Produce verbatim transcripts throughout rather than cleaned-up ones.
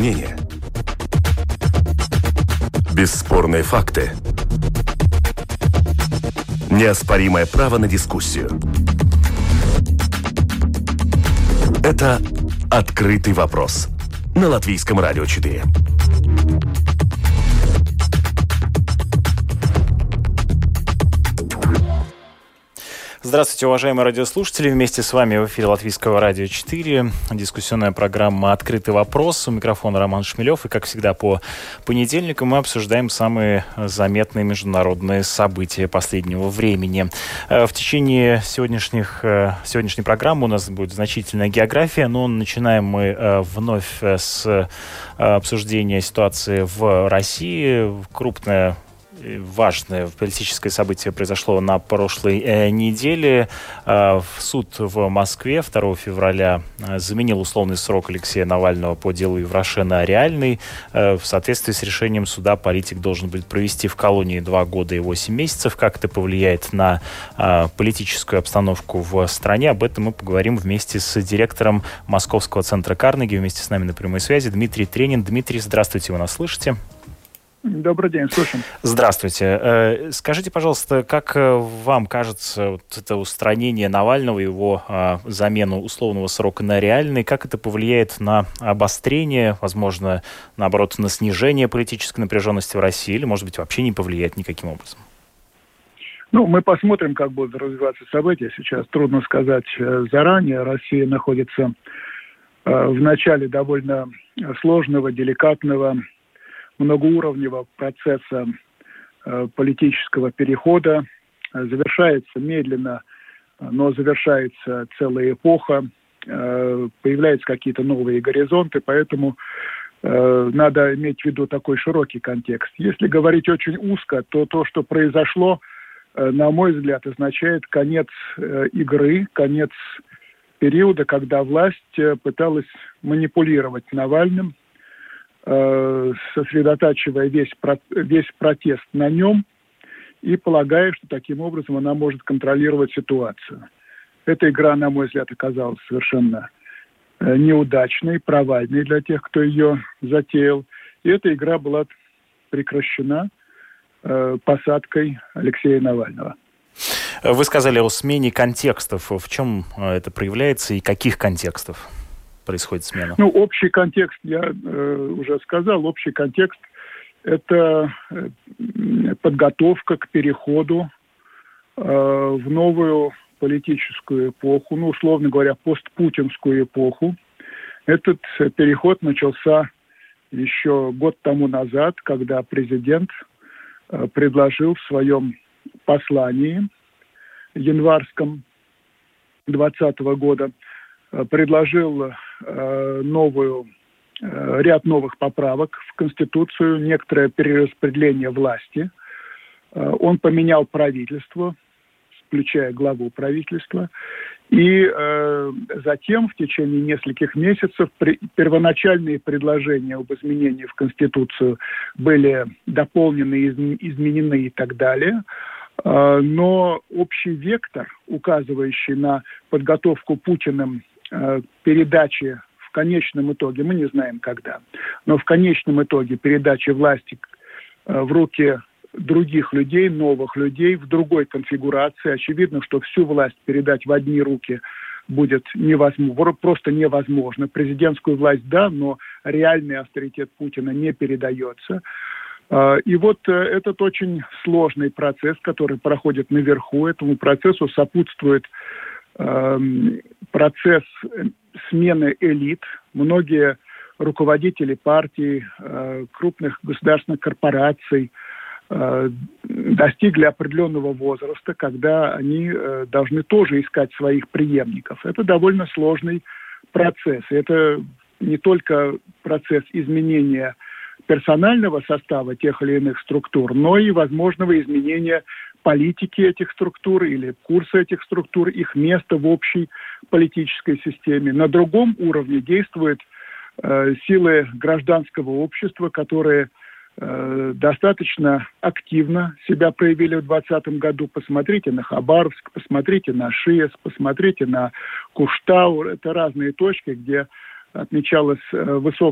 мнение. Бесспорные факты. Неоспоримое право на дискуссию. Это «Открытый вопрос» на Латвийском радио четыре. Здравствуйте, уважаемые радиослушатели. Вместе с вами в эфире Латвийского радио четыре. Дискуссионная программа «Открытый вопрос». У микрофона Роман Шмелев. И, как всегда, по понедельникам мы обсуждаем самые заметные международные события последнего времени. В течение сегодняшних, сегодняшней программы у нас будет значительная география, но начинаем мы вновь с обсуждения ситуации в России. Крупная Важное политическое событие произошло на прошлой э, неделе. Э, суд в Москве второго февраля э, заменил условный срок Алексея Навального по делу Евроше на реальный. Э, в соответствии с решением суда политик должен будет провести в колонии два года и восемь месяцев. Как это повлияет на э, политическую обстановку в стране? Об этом мы поговорим вместе с директором Московского центра Карнеги. Вместе с нами на прямой связи Дмитрий Тренин. Дмитрий, здравствуйте, вы нас слышите? Добрый день, слушаем. Здравствуйте. Скажите, пожалуйста, как вам кажется вот это устранение Навального, его а, замену условного срока на реальный, как это повлияет на обострение, возможно, наоборот, на снижение политической напряженности в России, или, может быть, вообще не повлияет никаким образом? Ну, мы посмотрим, как будут развиваться события. Сейчас трудно сказать заранее. Россия находится э, в начале довольно сложного, деликатного, многоуровневого процесса э, политического перехода. Завершается медленно, но завершается целая эпоха. Э, появляются какие-то новые горизонты, поэтому э, надо иметь в виду такой широкий контекст. Если говорить очень узко, то то, что произошло, э, на мой взгляд, означает конец э, игры, конец периода, когда власть э, пыталась манипулировать Навальным, сосредотачивая весь, весь протест на нем и полагая, что таким образом она может контролировать ситуацию. Эта игра, на мой взгляд, оказалась совершенно неудачной, провальной для тех, кто ее затеял. И эта игра была прекращена э, посадкой Алексея Навального. Вы сказали о смене контекстов. В чем это проявляется и каких контекстов происходит смена? Ну, общий контекст, я э, уже сказал, общий контекст – это э, подготовка к переходу э, в новую политическую эпоху, ну, условно говоря, постпутинскую эпоху. Этот э, переход начался еще год тому назад, когда президент э, предложил в своем послании январском двадцатого года предложил э, новую, э, ряд новых поправок в Конституцию, некоторое перераспределение власти. Э, он поменял правительство, включая главу правительства. И э, затем, в течение нескольких месяцев, при, первоначальные предложения об изменении в Конституцию были дополнены, из, изменены и так далее. Э, но общий вектор, указывающий на подготовку Путиным передачи в конечном итоге, мы не знаем когда, но в конечном итоге передачи власти в руки других людей, новых людей, в другой конфигурации. Очевидно, что всю власть передать в одни руки будет невозможно, просто невозможно. Президентскую власть, да, но реальный авторитет Путина не передается. И вот этот очень сложный процесс, который проходит наверху, этому процессу сопутствует процесс смены элит. Многие руководители партий, крупных государственных корпораций достигли определенного возраста, когда они должны тоже искать своих преемников. Это довольно сложный процесс. Это не только процесс изменения персонального состава тех или иных структур, но и возможного изменения политики этих структур или курса этих структур, их места в общей политической системе. На другом уровне действуют э, силы гражданского общества, которые э, достаточно активно себя проявили в двадцатом году. Посмотрите на Хабаровск, посмотрите на ШИЭС, посмотрите на Куштау. Это разные точки, где отмечалась э, высокая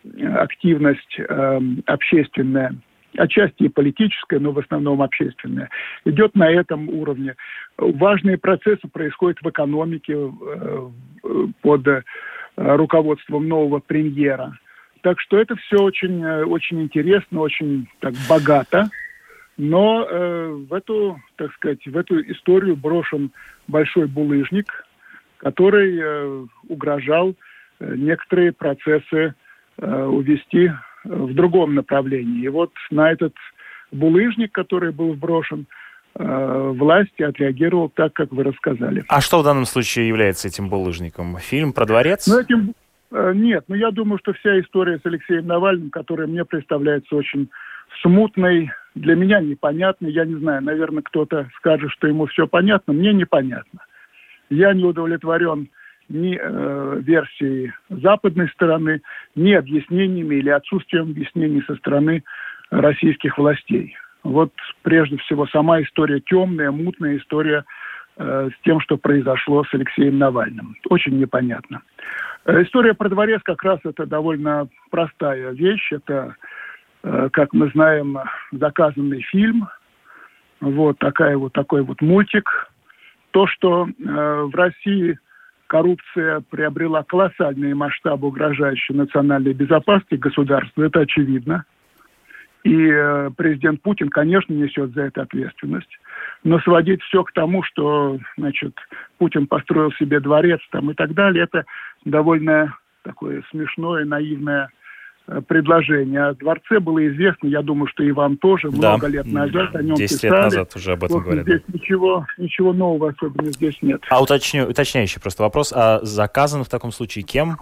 активность э, общественная, отчасти и политическая, но в основном общественная, идет на этом уровне. Важные процессы происходят в экономике э, под э, руководством нового премьера. Так что это все очень, очень интересно, очень так богато. Но э, в эту, так сказать, в эту историю брошен большой булыжник, который э, угрожал э, некоторые процессы э, увести в другом направлении. И вот на этот булыжник, который был вброшен, э, власть отреагировала так, как вы рассказали. А что в данном случае является этим булыжником? Фильм про дворец? Ну, этим, э, нет, но я думаю, что вся история с Алексеем Навальным, которая мне представляется очень смутной, для меня непонятной, я не знаю, наверное, кто-то скажет, что ему все понятно, мне непонятно. Я не удовлетворен ни э, версией западной стороны, ни объяснениями или отсутствием объяснений со стороны российских властей. Вот прежде всего сама история темная, мутная история э, с тем, что произошло с Алексеем Навальным. Очень непонятно. Э, история про дворец как раз это довольно простая вещь. Это, э, как мы знаем, заказанный фильм. Вот, такая вот, такой вот мультик. То, что э, в России коррупция приобрела колоссальные масштабы, угрожающие национальной безопасности государства, это очевидно. И э, президент Путин, конечно, несет за это ответственность. Но сводить все к тому, что, значит, Путин построил себе дворец там, и так далее, это довольно такое смешное, наивное э, предложение. О дворце было известно, я думаю, что и вам тоже, да. много лет назад о нем десять писали. лет назад уже об этом вот говорят. Здесь ничего, ничего нового особенно здесь нет. А уточню, уточняющий просто вопрос. А заказан в таком случае кем?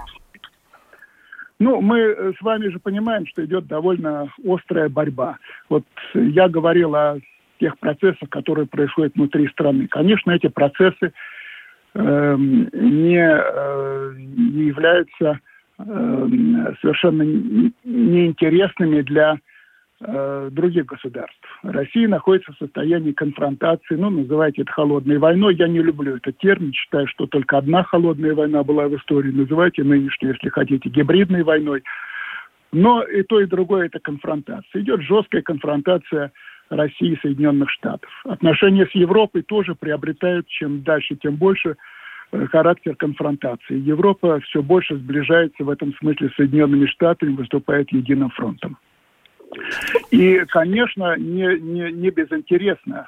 Ну, мы с вами же понимаем, что идет довольно острая борьба. Вот я говорил о тех процессах, которые происходят внутри страны. Конечно, эти процессы э, не, э, не являются э, совершенно неинтересными для э, других государств. Россия находится в состоянии конфронтации, ну, называйте это холодной войной. Я не люблю этот термин, считаю, что только одна холодная война была в истории. Называйте нынешнюю, если хотите, гибридной войной. Но и то, и другое – это конфронтация. Идет жесткая конфронтация России и Соединенных Штатов. Отношения с Европой тоже приобретают, чем дальше, тем больше, характер конфронтации. Европа все больше сближается в этом смысле с Соединенными Штатами, выступает единым фронтом. И, конечно, не, не, не безинтересно,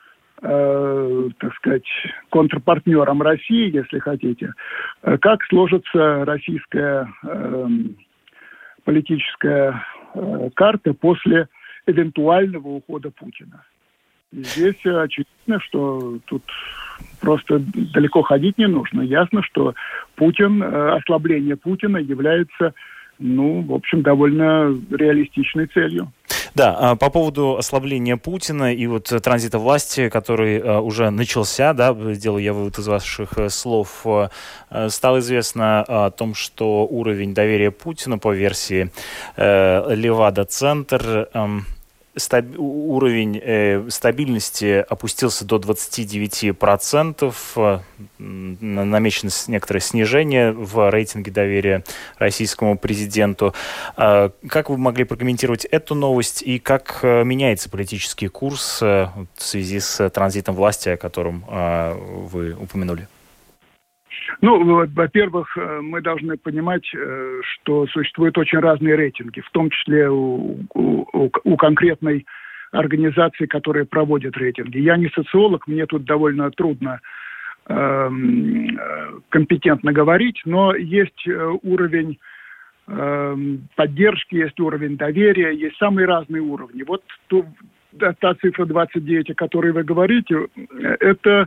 э, так сказать, контрпартнерам России, если хотите, как сложится российская э, политическая э, карта после эвентуального ухода Путина. И здесь очевидно, что тут просто далеко ходить не нужно. Ясно, что Путин, э, ослабление Путина является, ну, в общем, довольно реалистичной целью. Да, по поводу ослабления Путина и вот транзита власти, который уже начался, да, сделал я вывод из ваших слов, стало известно о том, что уровень доверия Путина по версии Левада-Центр, стаб... уровень э, стабильности опустился до двадцати девяти процентов. Намечено некоторое снижение в рейтинге доверия российскому президенту. Как вы могли прокомментировать эту новость и как меняется политический курс в связи с транзитом власти, о котором вы упомянули? Ну, во-первых, мы должны понимать, что существуют очень разные рейтинги, в том числе у, у, у конкретной организации, которая проводит рейтинги. Я не социолог, мне тут довольно трудно э, компетентно говорить, но есть уровень э, поддержки, есть уровень доверия, есть самые разные уровни. Вот ту, та цифра двадцать девять, о которой вы говорите, это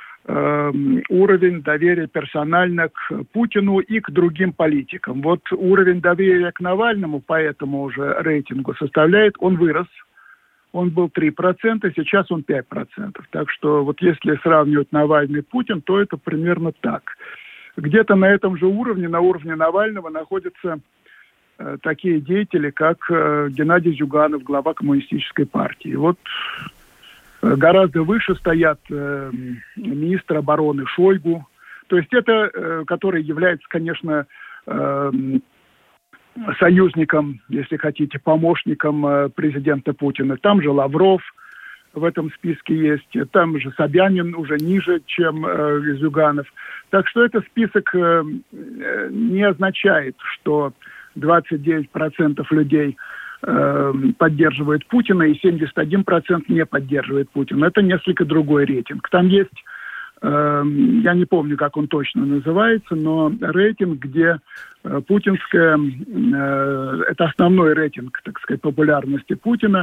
уровень доверия персонально к Путину и к другим политикам. Вот уровень доверия к Навальному по этому уже рейтингу составляет, он вырос, он был три процента, сейчас он пять процентов. Так что вот если сравнивать Навальный и Путин, то это примерно так. Где-то на этом же уровне, на уровне Навального, находятся э, такие деятели, как э, Геннадий Зюганов, глава коммунистической партии. Вот гораздо выше стоят э, министр обороны Шойгу. То есть это, э, который является, конечно, э, союзником, если хотите, помощником э, президента Путина. Там же Лавров в этом списке есть, там же Собянин уже ниже, чем э, Зюганов. Так что этот список э, не означает, что двадцать девять процентов людей э, поддерживают Путина и семьдесят один процент не поддерживает Путина. Это несколько другой рейтинг. Там есть, э, я не помню, как он точно называется, но рейтинг, где э, путинская, э, это основной рейтинг, так сказать, популярности Путина,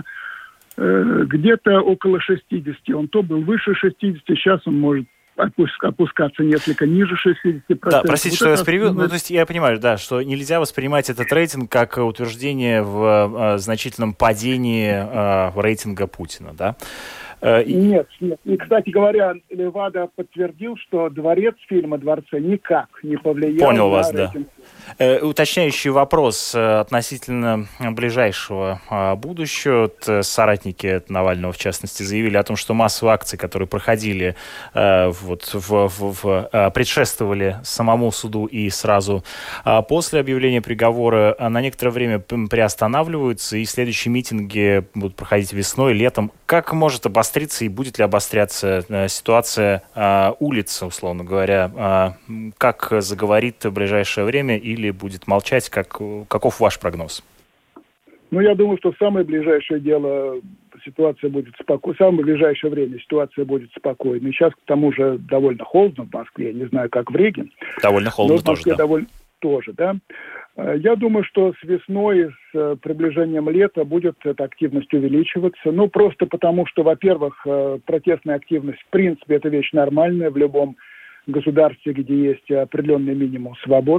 э, где-то около шестидесяти. Он то был выше шестидесяти, сейчас он может опускаться несколько ниже шестидесяти процентов. Да, простите, вот что я вас перебил. Ну, то есть я понимаю, да, что нельзя воспринимать этот рейтинг как утверждение в э, значительном падении э, рейтинга Путина, да? Э, нет, нет. И, кстати говоря, Левада подтвердил, что дворец фильма «Дворце» никак не повлиял Понял на вас, рейтинг. Да. Э, уточняющий вопрос э, относительно ближайшего э, будущего. Вот, соратники Навального, в частности, заявили о том, что массовые акции, которые проходили, э, вот, в, в, в, э, предшествовали самому суду и сразу э, после объявления приговора, на некоторое время приостанавливаются, и следующие митинги будут проходить весной, летом. Как может обостриться и будет ли обостряться э, ситуация э, улицы, условно говоря? Э, как заговорит в ближайшее время или будет молчать? Как, каков ваш прогноз? Ну, я думаю, что в самое ближайшее дело ситуация будет спокойной. В самое ближайшее время ситуация будет спокойной. Сейчас, к тому же, довольно холодно в Москве. Я не знаю, как в Риге. Довольно холодно тоже, да. Довольно... Тоже, да. Я думаю, что с весной, с приближением лета будет эта активность увеличиваться. Ну, просто потому, что, во-первых, протестная активность, в принципе, это вещь нормальная в любом государстве, где есть определенный минимум свобод.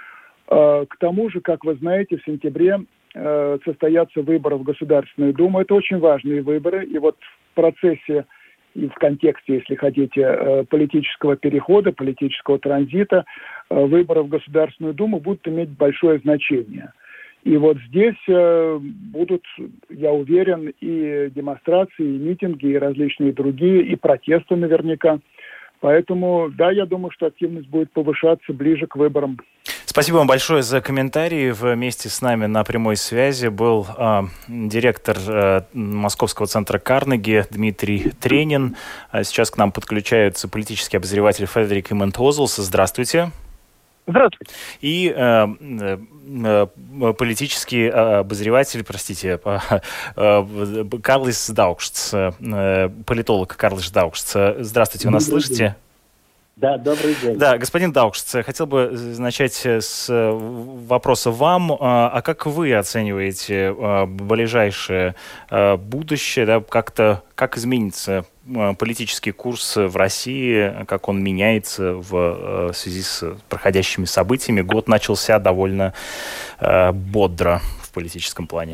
К тому же, как вы знаете, в сентябре состоятся выборы в Государственную Думу. Это очень важные выборы. И вот в процессе и в контексте, если хотите, политического перехода, политического транзита, выборы в Государственную Думу будут иметь большое значение. И вот здесь будут, я уверен, и демонстрации, и митинги, и различные другие, и протесты наверняка. Поэтому, да, я думаю, что активность будет повышаться ближе к выборам. Спасибо вам большое за комментарии. Вместе с нами на прямой связи был э, директор э, Московского центра Карнеги Дмитрий Тренин. Сейчас к нам подключается политический обозреватель Фредерик Имонт-Озлс. Здравствуйте. Здравствуйте. И э, э, политический обозреватель, простите, э, Карлис Даукштс, э, политолог Карлис Даукштс. Здравствуйте, вы нас слышите? Да, добрый день. Да, господин Даукштс, хотел бы начать с вопроса вам. А как вы оцениваете ближайшее будущее? Да, как-то, как изменится политический курс в России, как он меняется в связи с проходящими событиями? Год начался довольно бодро в политическом плане.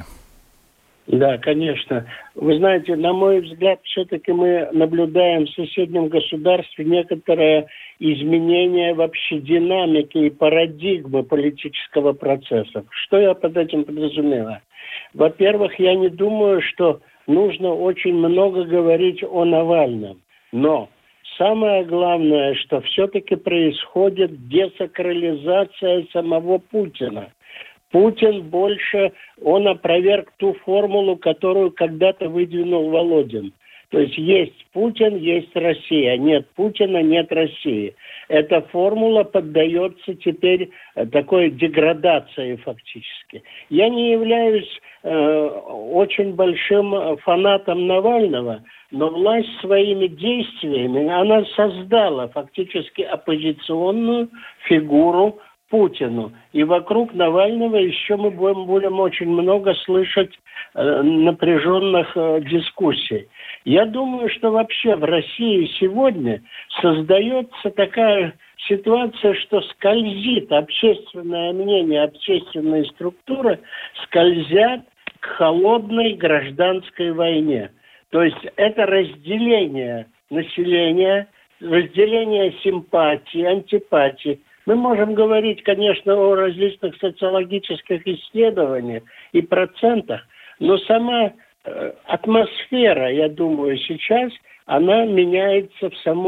Да, конечно. Вы знаете, на мой взгляд, все-таки мы наблюдаем в соседнем государстве некоторое изменение вообще динамики и парадигмы политического процесса. Что я под этим подразумеваю? Во-первых, я не думаю, что нужно очень много говорить о Навальном. Но самое главное, что все-таки происходит десакрализация самого Путина. Путин больше, он опроверг ту формулу, которую когда-то выдвинул Володин. То есть есть Путин, есть Россия. Нет Путина, нет России. Эта формула поддается теперь такой деградации фактически. Я не являюсь э, очень большим фанатом Навального, но власть своими действиями, она создала фактически оппозиционную фигуру Путину. И вокруг Навального еще мы будем, будем очень много слышать э, напряженных э, дискуссий. Я думаю, что вообще в России сегодня создается такая ситуация, что скользит общественное мнение, общественные структуры скользят к холодной гражданской войне. То есть это разделение населения, разделение симпатий, антипатий. Мы можем говорить, конечно, о различных социологических исследованиях и процентах, но сама э, атмосфера, я думаю, сейчас, она меняется в самой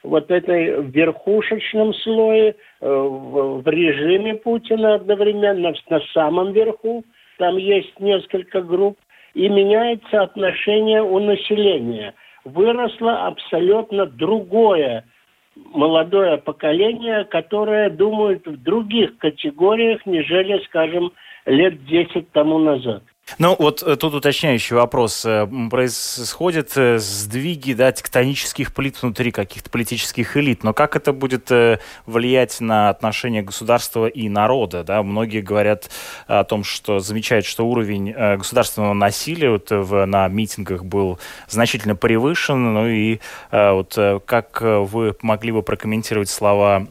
вот этой верхушечном слое, в, в режиме Путина одновременно, на самом верху, там есть несколько групп, и меняется отношение у населения. Выросло абсолютно другое молодое поколение, которое думает в других категориях, нежели, скажем, лет десять тому назад. Ну, вот тут уточняющий вопрос. Происходят сдвиги, да, тектонических плит внутри каких-то политических элит, но как это будет влиять на отношения государства и народа? Да? Многие говорят о том, что замечают, что уровень государственного насилия вот в, на митингах был значительно превышен. Ну и вот как вы могли бы прокомментировать слова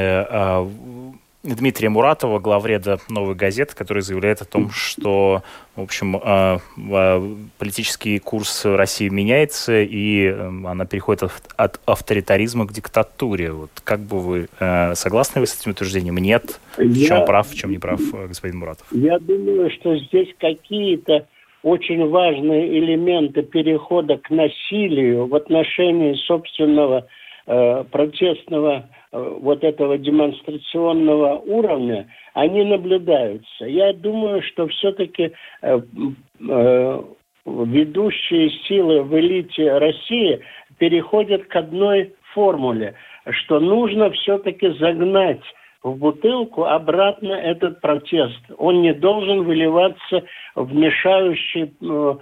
Дмитрия Муратова, главреда «Новой газеты», который заявляет о том, что, в общем, политический курс России меняется, и она переходит от авторитаризма к диктатуре. Вот как бы вы согласны вы с этим утверждением? Нет? В чем я, прав, в чем не прав господин Муратов? Я думаю, что здесь какие-то очень важные элементы перехода к насилию в отношении собственного э, протестного вот этого демонстрационного уровня, они наблюдаются. Я думаю, что все-таки э, э, ведущие силы в элите России переходят к одной формуле, что нужно все-таки загнать в бутылку обратно этот протест. Он не должен выливаться в мешающий, э,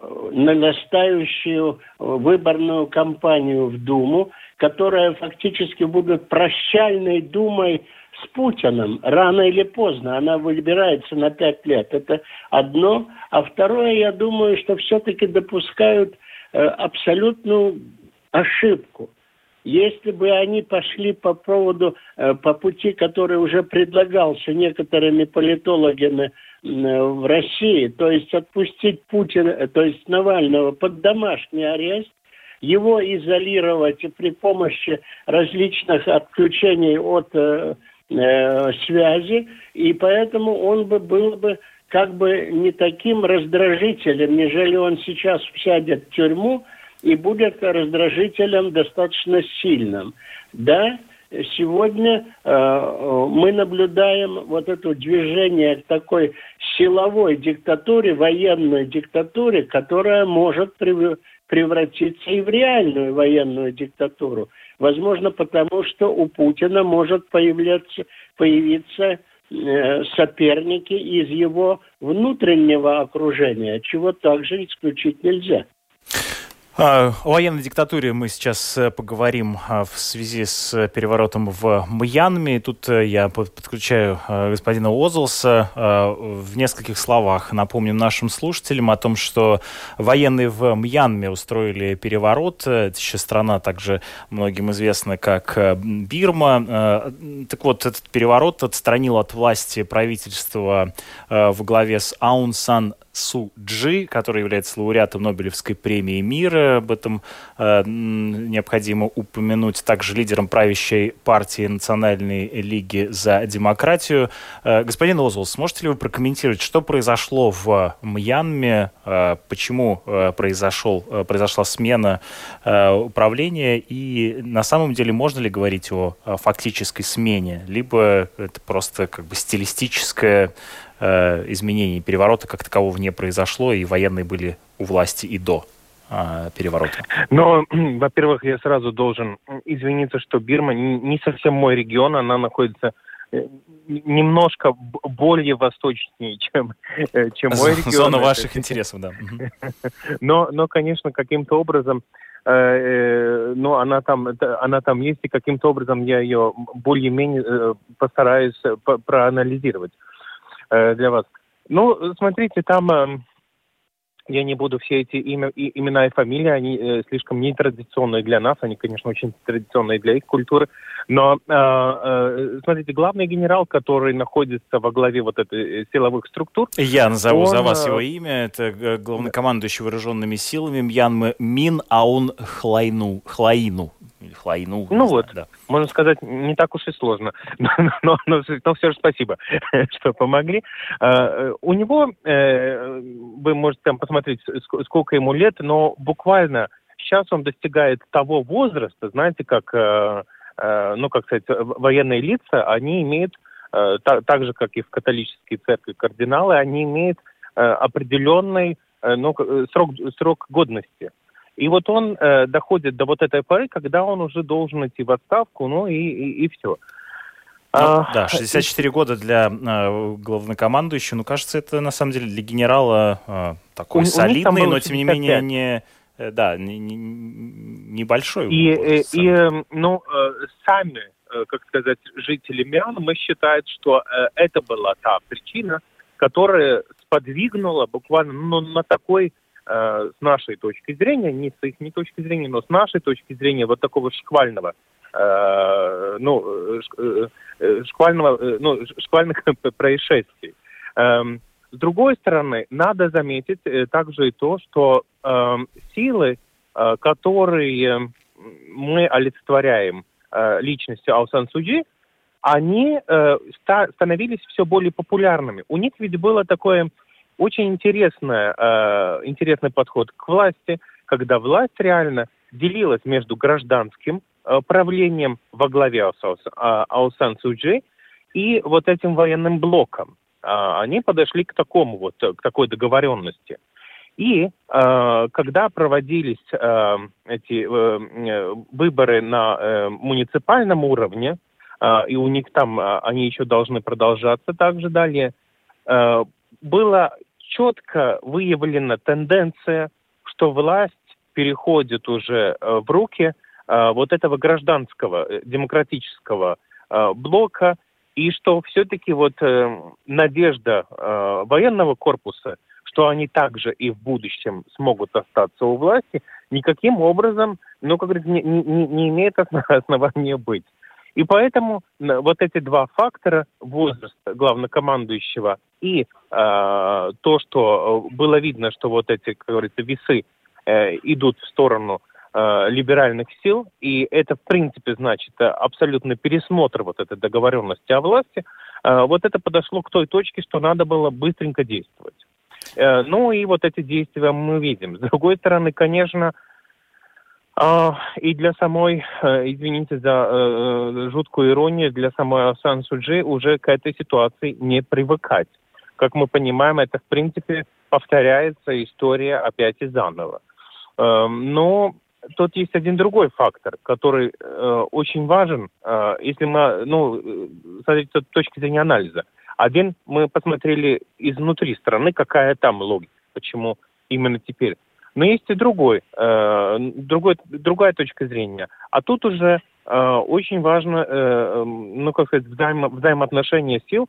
нарастающую выборную кампанию в Думу, которая фактически будет прощальной думой с Путиным. Рано или поздно она выбирается на пять лет. Это одно. А второе, я думаю, что все-таки допускают э, абсолютную ошибку. Если бы они пошли по поводу, э, по пути, который уже предлагался некоторыми политологами э, в России, то есть отпустить Путина, то есть Навального под домашний арест, его изолировать при помощи различных отключений от э, э, связи, и поэтому он бы был бы как бы не таким раздражителем, нежели он сейчас сядет в тюрьму и будет раздражителем достаточно сильным. Да, сегодня э, мы наблюдаем вот это движение к такой силовой диктатуре, военной диктатуре, которая может привести превратиться и в реальную военную диктатуру. Возможно, потому что у Путина может появляться, появиться э, соперники из его внутреннего окружения, чего также исключить нельзя. О военной диктатуре мы сейчас поговорим в связи с переворотом в Мьянме. Тут я подключаю господина Озолса. В нескольких словах напомним нашим слушателям о том, что военные в Мьянме устроили переворот. Это еще страна также многим известна как Бирма. Так вот, этот переворот отстранил от власти правительство во главе с Аун Сан Су Чжи, который является лауреатом Нобелевской премии мира. Об этом э, необходимо упомянуть. Также лидером правящей партии Национальной лиги за демократию. Э, господин Озолс, можете ли вы прокомментировать, что произошло в Мьянме, э, почему э, произошел, э, произошла смена э, управления, и на самом деле можно ли говорить о, о фактической смене, либо это просто как бы стилистическое изменений, переворота как такового не произошло, и военные были у власти и до а, переворота? Но, во-первых, я сразу должен извиниться, что Бирма не совсем мой регион, она находится немножко более восточнее, чем, чем мой регион. Зона ваших интересов, да. Но, но, конечно, каким-то образом э, ну, она там, она там есть, и каким-то образом я ее более-менее постараюсь проанализировать для вас. Ну, смотрите, там э, я не буду все эти имя, и, имена и фамилии, они э, слишком нетрадиционные для нас, они, конечно, очень традиционные для их культуры, но, э, э, смотрите, главный генерал, который находится во главе вот этой силовых структур... Я назову он, за вас его имя, это главнокомандующий вооруженными силами Мьянмы Мин Аун Хлайну. Хлаину. Хлайну. Ну вот, да. Можно сказать, не так уж и сложно. Но, но, но, но все же спасибо, что помогли. Uh, у него, uh, вы можете там посмотреть, сколько ему лет, но буквально с сейчас он достигает того возраста, знаете, как, э, э, ну, как сказать, военные лица, они имеют, э, та, так же, как и в католической церкви кардиналы, они имеют э, определенный э, ну, срок, срок годности. И вот он э, доходит до вот этой поры, когда он уже должен идти в отставку, ну и, и, и все. Ну, а, да, шестьдесят четыре года для э, главнокомандующего, ну, кажется, это на самом деле для генерала э, такой у, солидный, у но тем не менее не, э, да, не, не, небольшой. И, и, и ну, сами, как сказать, жители Мьянмы считают, что это была та причина, которая сподвигнула буквально ну, на такой, с нашей точки зрения, не с их точки зрения, но с нашей точки зрения, вот такого шквального, ну, шквального, ну, шквальных происшествий. С другой стороны, надо заметить также и то, что силы, которые мы олицетворяем личностью Аун Сан Су Чжи, они становились все более популярными. У них ведь было такое очень интересное, интересный подход к власти, когда власть реально делилась между гражданским правлением во главе Аун Сан Су Чжи и вот этим военным блоком. Они подошли к такому вот, к такой договоренности. И э, когда проводились э, эти э, выборы на э, муниципальном уровне, э, и у них там э, они еще должны продолжаться также далее, э, была четко выявлена тенденция, что власть переходит уже э, в руки э, вот этого гражданского, э, демократического э, блока, и что все-таки вот э, надежда э, военного корпуса, что они также и в будущем смогут остаться у власти, никаким образом, ну, как говорится, не, не, не имеет основания быть. И поэтому вот эти два фактора, возраст главнокомандующего и э, то, что было видно, что вот эти, как говорится, весы э, идут в сторону э, либеральных сил, и это, в принципе, значит абсолютный пересмотр вот этой договоренности о власти, э, вот это подошло к той точке, что надо было быстренько действовать. Ну и вот эти действия мы видим. С другой стороны, конечно, и для самой, извините за жуткую иронию, для самой Аун Сан Су Чжи уже к этой ситуации не привыкать. Как мы понимаем, это в принципе повторяется история опять и заново. Но тут есть один другой фактор, который очень важен, если мы, ну, смотрите, с точки зрения анализа. Один, мы посмотрели изнутри страны, какая там логика, почему именно теперь. Но есть и другой, э, другой, другая точка зрения. А тут уже э, очень важно, э, ну, как сказать, взаимо, взаимоотношения сил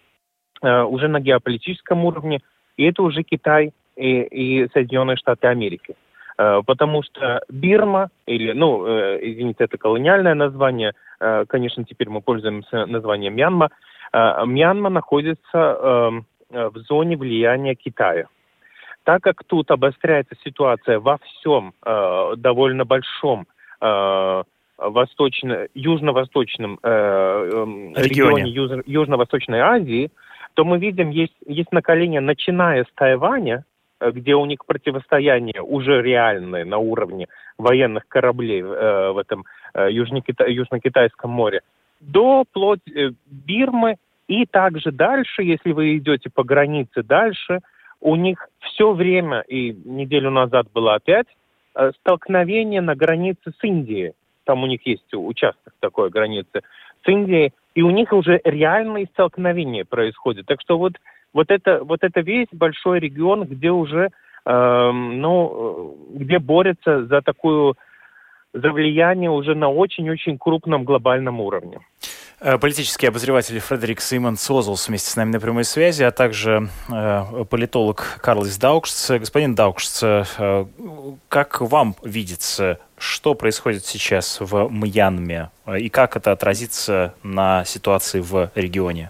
э, уже на геополитическом уровне, и это уже Китай и, и Соединенные Штаты Америки. Э, потому что Бирма, или, ну, э, извините, это колониальное название, э, конечно, теперь мы пользуемся названием Мьянма, Мьянма находится э, в зоне влияния Китая. Так как тут обостряется ситуация во всем э, довольно большом э, восточно, южно-восточном э, э, регионе юж, Южно-Восточной Азии, то мы видим, есть, есть наколение, начиная с Тайваня, где у них противостояние уже реальное на уровне военных кораблей э, в этом э, Южно-Кита- Южно-Китайском море, до плоть э, Бирмы. И также дальше, если вы идете по границе дальше, у них все время, и неделю назад было опять, столкновение на границе с Индией. Там у них есть участок такой границы с Индией, и у них уже реальные столкновения происходят. Так что вот, вот, это, вот это весь большой регион, где уже, э, ну, где борются за такую, за влияние уже на очень-очень крупном глобальном уровне. Политический обозреватель Фредерик Симонс Озолс вместе с нами на прямой связи, а также э, политолог Карлис Даукшц. Господин Даукшц, э, как вам видится, что происходит сейчас в Мьянме и как это отразится на ситуации в регионе?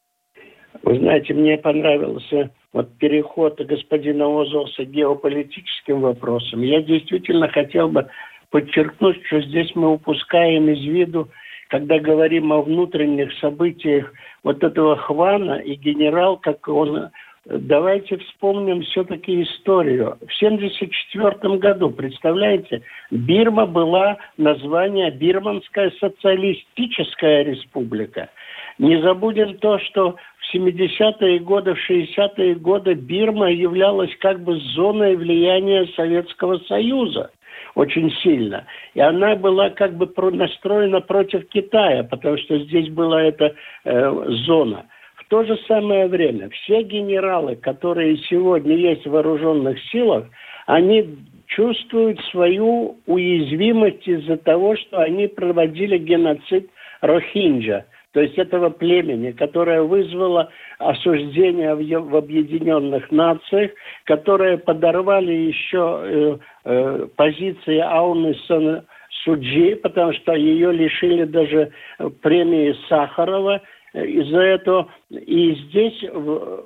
Вы знаете, мне понравился вот переход господина Озолса к геополитическим вопросам. Я действительно хотел бы подчеркнуть, что здесь мы упускаем из виду, когда говорим о внутренних событиях вот этого Хвана, и генерал, как он давайте вспомним все-таки историю. В семьдесят четвёртом году, представляете, Бирма была название Бирманская социалистическая республика. Не забудем то, что в семидесятые годы, в шестидесятые годы Бирма являлась как бы зоной влияния Советского Союза очень сильно. И она была как бы настроена против Китая, потому что здесь была эта э, зона. В то же самое время все генералы, которые сегодня есть в вооруженных силах, они чувствуют свою уязвимость из-за того, что они проводили геноцид рохинджа, то есть этого племени, которое вызвало осуждение в, в Объединенных Нациях, которые подорвали еще э, э, позиции Ауны Сан Су Чжи, потому что ее лишили даже премии Сахарова из-за этого. И здесь в,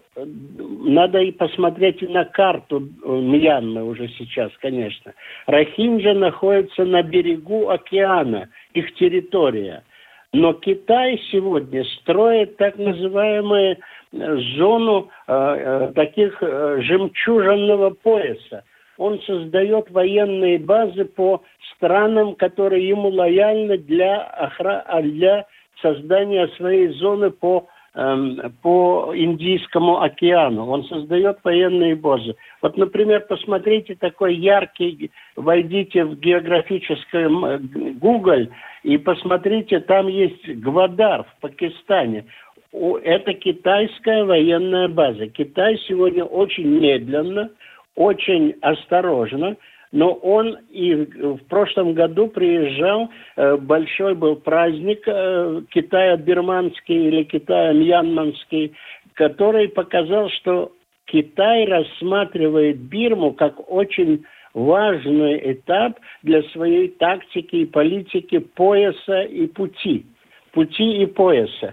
надо и посмотреть на карту Мьянмы уже сейчас, конечно. Рохинджа находится на берегу океана, их территория. Но Китай сегодня строит так называемую зону э, таких э, жемчужинного пояса. Он создает военные базы по странам, которые ему лояльны для, охра... для создания своей зоны по, э, по Индийскому океану. Он создает военные базы. Вот, например, посмотрите такой яркий, войдите в географический Google и посмотрите, там есть Гвадар в Пакистане. Это китайская военная база. Китай сегодня очень медленно, очень осторожно, но он и в прошлом году приезжал, большой был праздник Китая-Бирманский или Китая-Мьянманский, который показал, что Китай рассматривает Бирму как очень важный этап для своей тактики и политики пояса и пути. Пути и пояса.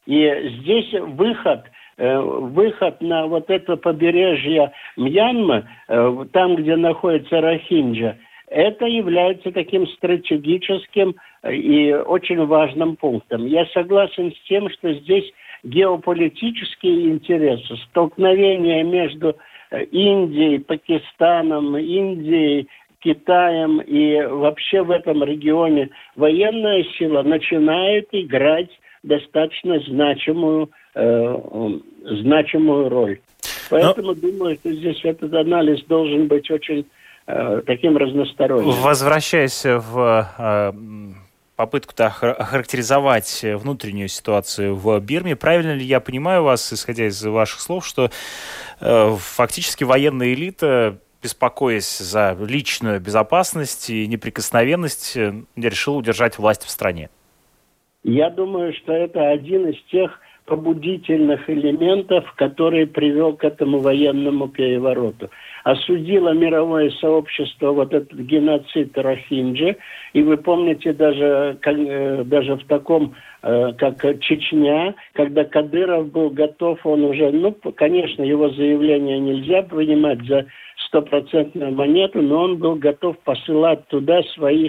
И здесь выход, э, выход на вот это побережье Мьянмы, э, там, где находится Рохинджа, это является таким стратегическим и очень важным пунктом. Я согласен с тем, что здесь геополитические интересы, столкновения между Индией, Пакистаном, Индией, Китаем и вообще в этом регионе военная сила начинает играть достаточно значимую, э, значимую роль. Поэтому Но... думаю, что здесь этот анализ должен быть очень э, таким разносторонним. Возвращаясь в э, попытку-то охарактеризовать внутреннюю ситуацию в Бирме, правильно ли я понимаю вас, исходя из ваших слов, что э, фактически военная элита, беспокоясь за личную безопасность и неприкосновенность, решила удержать власть в стране? Я думаю, что это один из тех побудительных элементов, который привел к этому военному перевороту. Осудило мировое сообщество вот этот геноцид Рохинджи. И вы помните, даже, даже в таком, как Чечня, когда Кадыров был готов, он уже, ну, конечно, его заявление нельзя принимать за стопроцентную монету, но он был готов посылать туда своих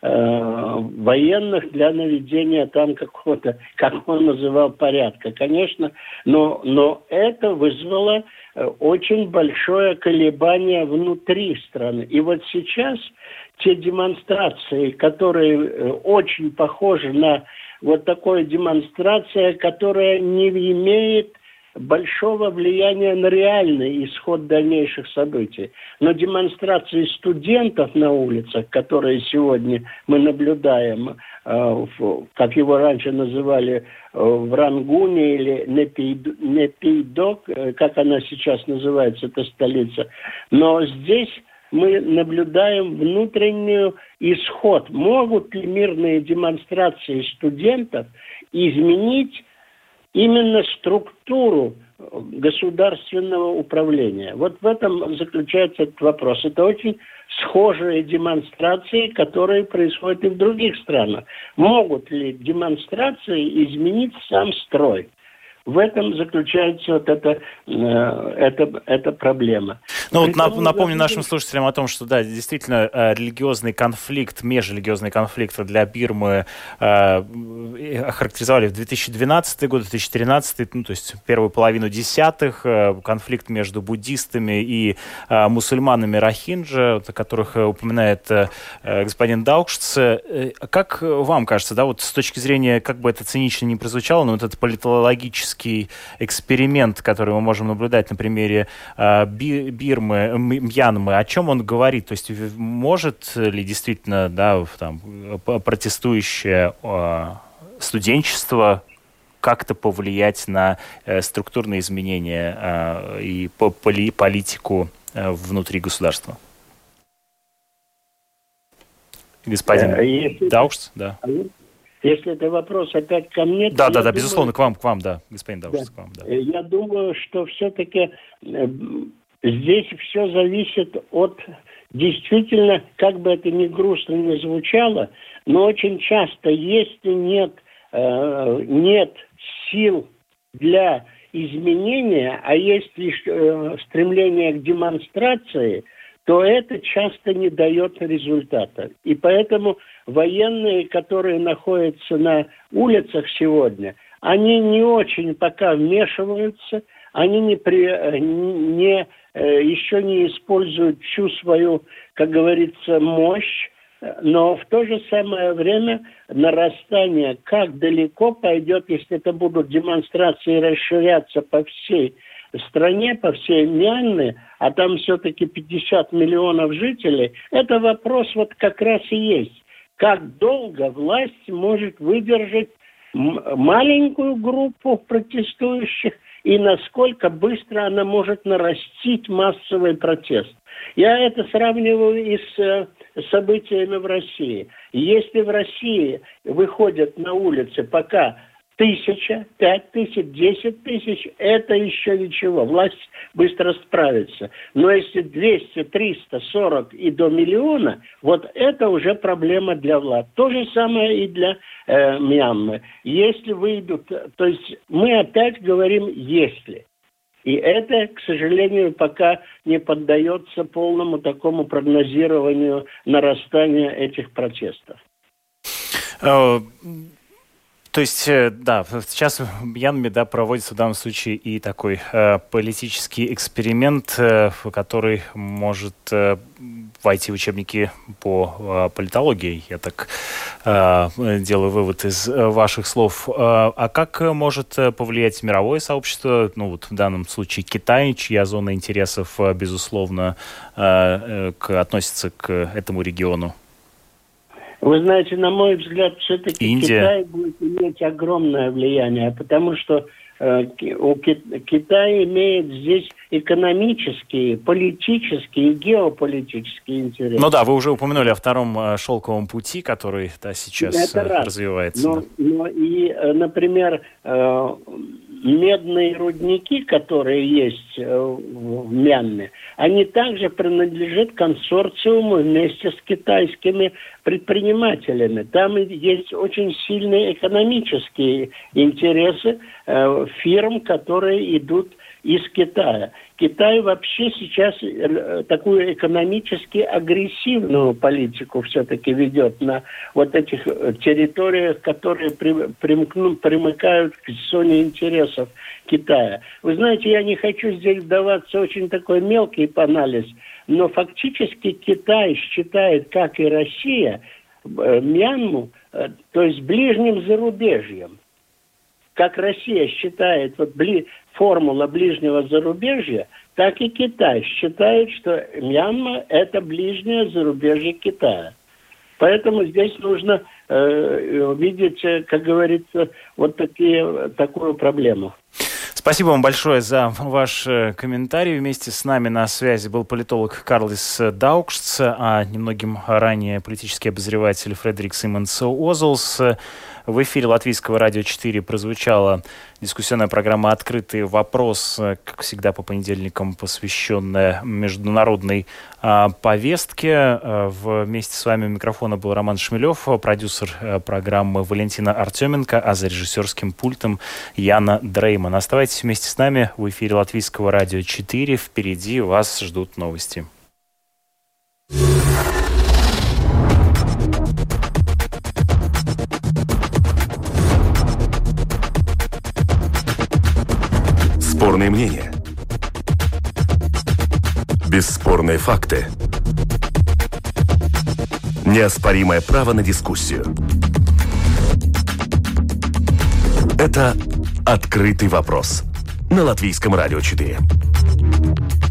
э, военных для наведения там какого-то, как он называл, порядка. Конечно, но, но это вызвало э, очень большое колебание внутри страны. И вот сейчас те демонстрации, которые э, очень похожи на вот такую демонстрацию, которая не имеет большого влияния на реальный исход дальнейших событий. Но демонстрации студентов на улицах, которые сегодня мы наблюдаем, э, в, как его раньше называли, э, в Рангуне или Непейдок, э, как она сейчас называется, эта столица. Но здесь мы наблюдаем внутренний исход. Могут ли мирные демонстрации студентов изменить именно структуру государственного управления? Вот в этом заключается этот вопрос. Это очень схожие демонстрации, которые происходят и в других странах. Могут ли демонстрации изменить сам строй? В этом заключается вот эта, эта, эта проблема. Ну вот нап- напомню нашим слушателям о том, что да, действительно религиозный конфликт, межрелигиозный конфликт для Бирмы э, охарактеризовали в две тысячи двенадцатый год, две тысячи тринадцатый, ну то есть первую половину десятых, э, конфликт между буддистами и э, мусульманами Рохинджа, о которых упоминает э, господин Даукшц. Э, как вам кажется, да, вот с точки зрения, как бы это цинично не прозвучало, но вот этот политологический эксперимент, который мы можем наблюдать на примере э, Бирмы, Мьянмы, о чем он говорит? То есть может ли действительно, да, там, протестующее э, студенчество как-то повлиять на э, структурные изменения э, и по поли политику э, внутри государства? Господин Если... Даукшц, да. Если это вопрос опять ко мне... Да, да, да, думаю, безусловно, к вам, к вам, да, господин Даукшц, да. к вам, да. Я думаю, что все-таки здесь все зависит от... Действительно, как бы это ни грустно ни звучало, но очень часто, если нет, э, нет сил для изменения, а есть лишь э, стремление к демонстрации, то это часто не дает результата. И поэтому военные, которые находятся на улицах сегодня, они не очень пока вмешиваются, они не, при, не, еще не используют всю свою, как говорится, мощь, но в то же самое время нарастание, как далеко пойдет, если это будут демонстрации расширяться по всей стране, по всей Мьянме, а там все-таки пятьдесят миллионов жителей, это вопрос вот как раз и есть. Как долго власть может выдержать м- маленькую группу протестующих и насколько быстро она может нарастить массовый протест. Я это сравниваю и с э, событиями в России. Если в России выходят на улицы пока тысяча, пять тысяч, десять тысяч, это еще ничего. Власть быстро справится. Но если двести, триста, сорок и до миллиона, вот это уже проблема для власти. То же самое и для э, Мьянмы. Если выйдут, то есть мы опять говорим «если». И это, к сожалению, пока не поддается полному такому прогнозированию нарастания этих протестов. То есть, да, сейчас в Мьянме, да, проводится в данном случае и такой э, политический эксперимент, э, который может э, войти в учебники по э, политологии. Я так э, делаю вывод из э, ваших слов. Э, а как может повлиять мировое сообщество, ну вот в данном случае Китай, чья зона интересов, безусловно, э, э, к, относится к этому региону? Вы знаете, на мой взгляд, все-таки Индия. Китай будет иметь огромное влияние, потому что э, у Ки- Китай имеет здесь экономические, политические и геополитические интересы. Ну да, вы уже упомянули о втором э, шелковом пути, который да, сейчас э, развивается. Но, но и, например, э, медные рудники, которые есть э, в Мьянме, они также принадлежат консорциуму вместе с китайскими предпринимателями. Там есть очень сильные экономические интересы э, фирм, которые идут из Китая. Китай вообще сейчас такую экономически агрессивную политику все-таки ведет на вот этих территориях, которые примкну, примыкают к зоне интересов Китая. Вы знаете, я не хочу здесь вдаваться в очень такой мелкий анализ, но фактически Китай считает, как и Россия, Мьянму, то есть ближним зарубежьем. Как Россия считает вот, бли, формула ближнего зарубежья, так и Китай считает, что Мьянма – это ближнее зарубежье Китая. Поэтому здесь нужно э, видеть, как говорится, вот такие, такую проблему. Спасибо вам большое за ваш комментарий. Вместе с нами на связи был политолог Карлис Даукшц, а немногим ранее политический обозреватель Фредерик Симмонс Озолс. В эфире Латвийского радио четыре прозвучала дискуссионная программа «Открытый вопрос», как всегда по понедельникам, посвященная международной а, повестке. А, вместе с вами у микрофона был Роман Шмелев, продюсер а, программы Валентина Артеменко, а за режиссерским пультом Яна Дрейман. Оставайтесь вместе с нами в эфире Латвийского радио четыре. Впереди вас ждут новости. Спорные мнения. Бесспорные факты. Неоспоримое право на дискуссию. Это «Открытый вопрос» на Латвийском радио четыре.